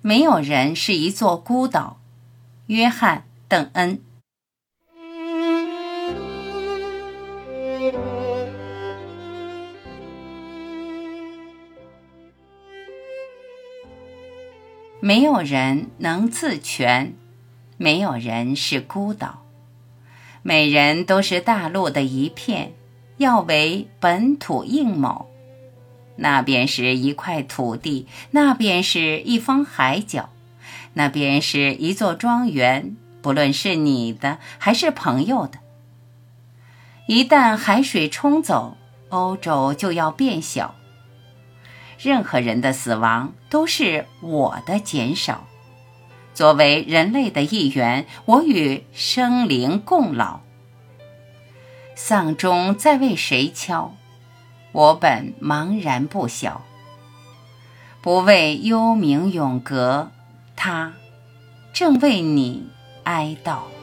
没有人是一座孤岛。约翰·邓恩。没有人能自全，没有人是孤岛。每人都是大陆的一片，要为本土应谋。那边是一块土地，那边是一方海角，那边是一座庄园，不论是你的还是朋友的。一旦海水冲走，欧洲就要变小。任何人的死亡都是我的减少。作为人类的一员，我与生灵共老。丧钟在为谁敲？我本茫然不晓。不为幽冥永隔，他正为你哀悼。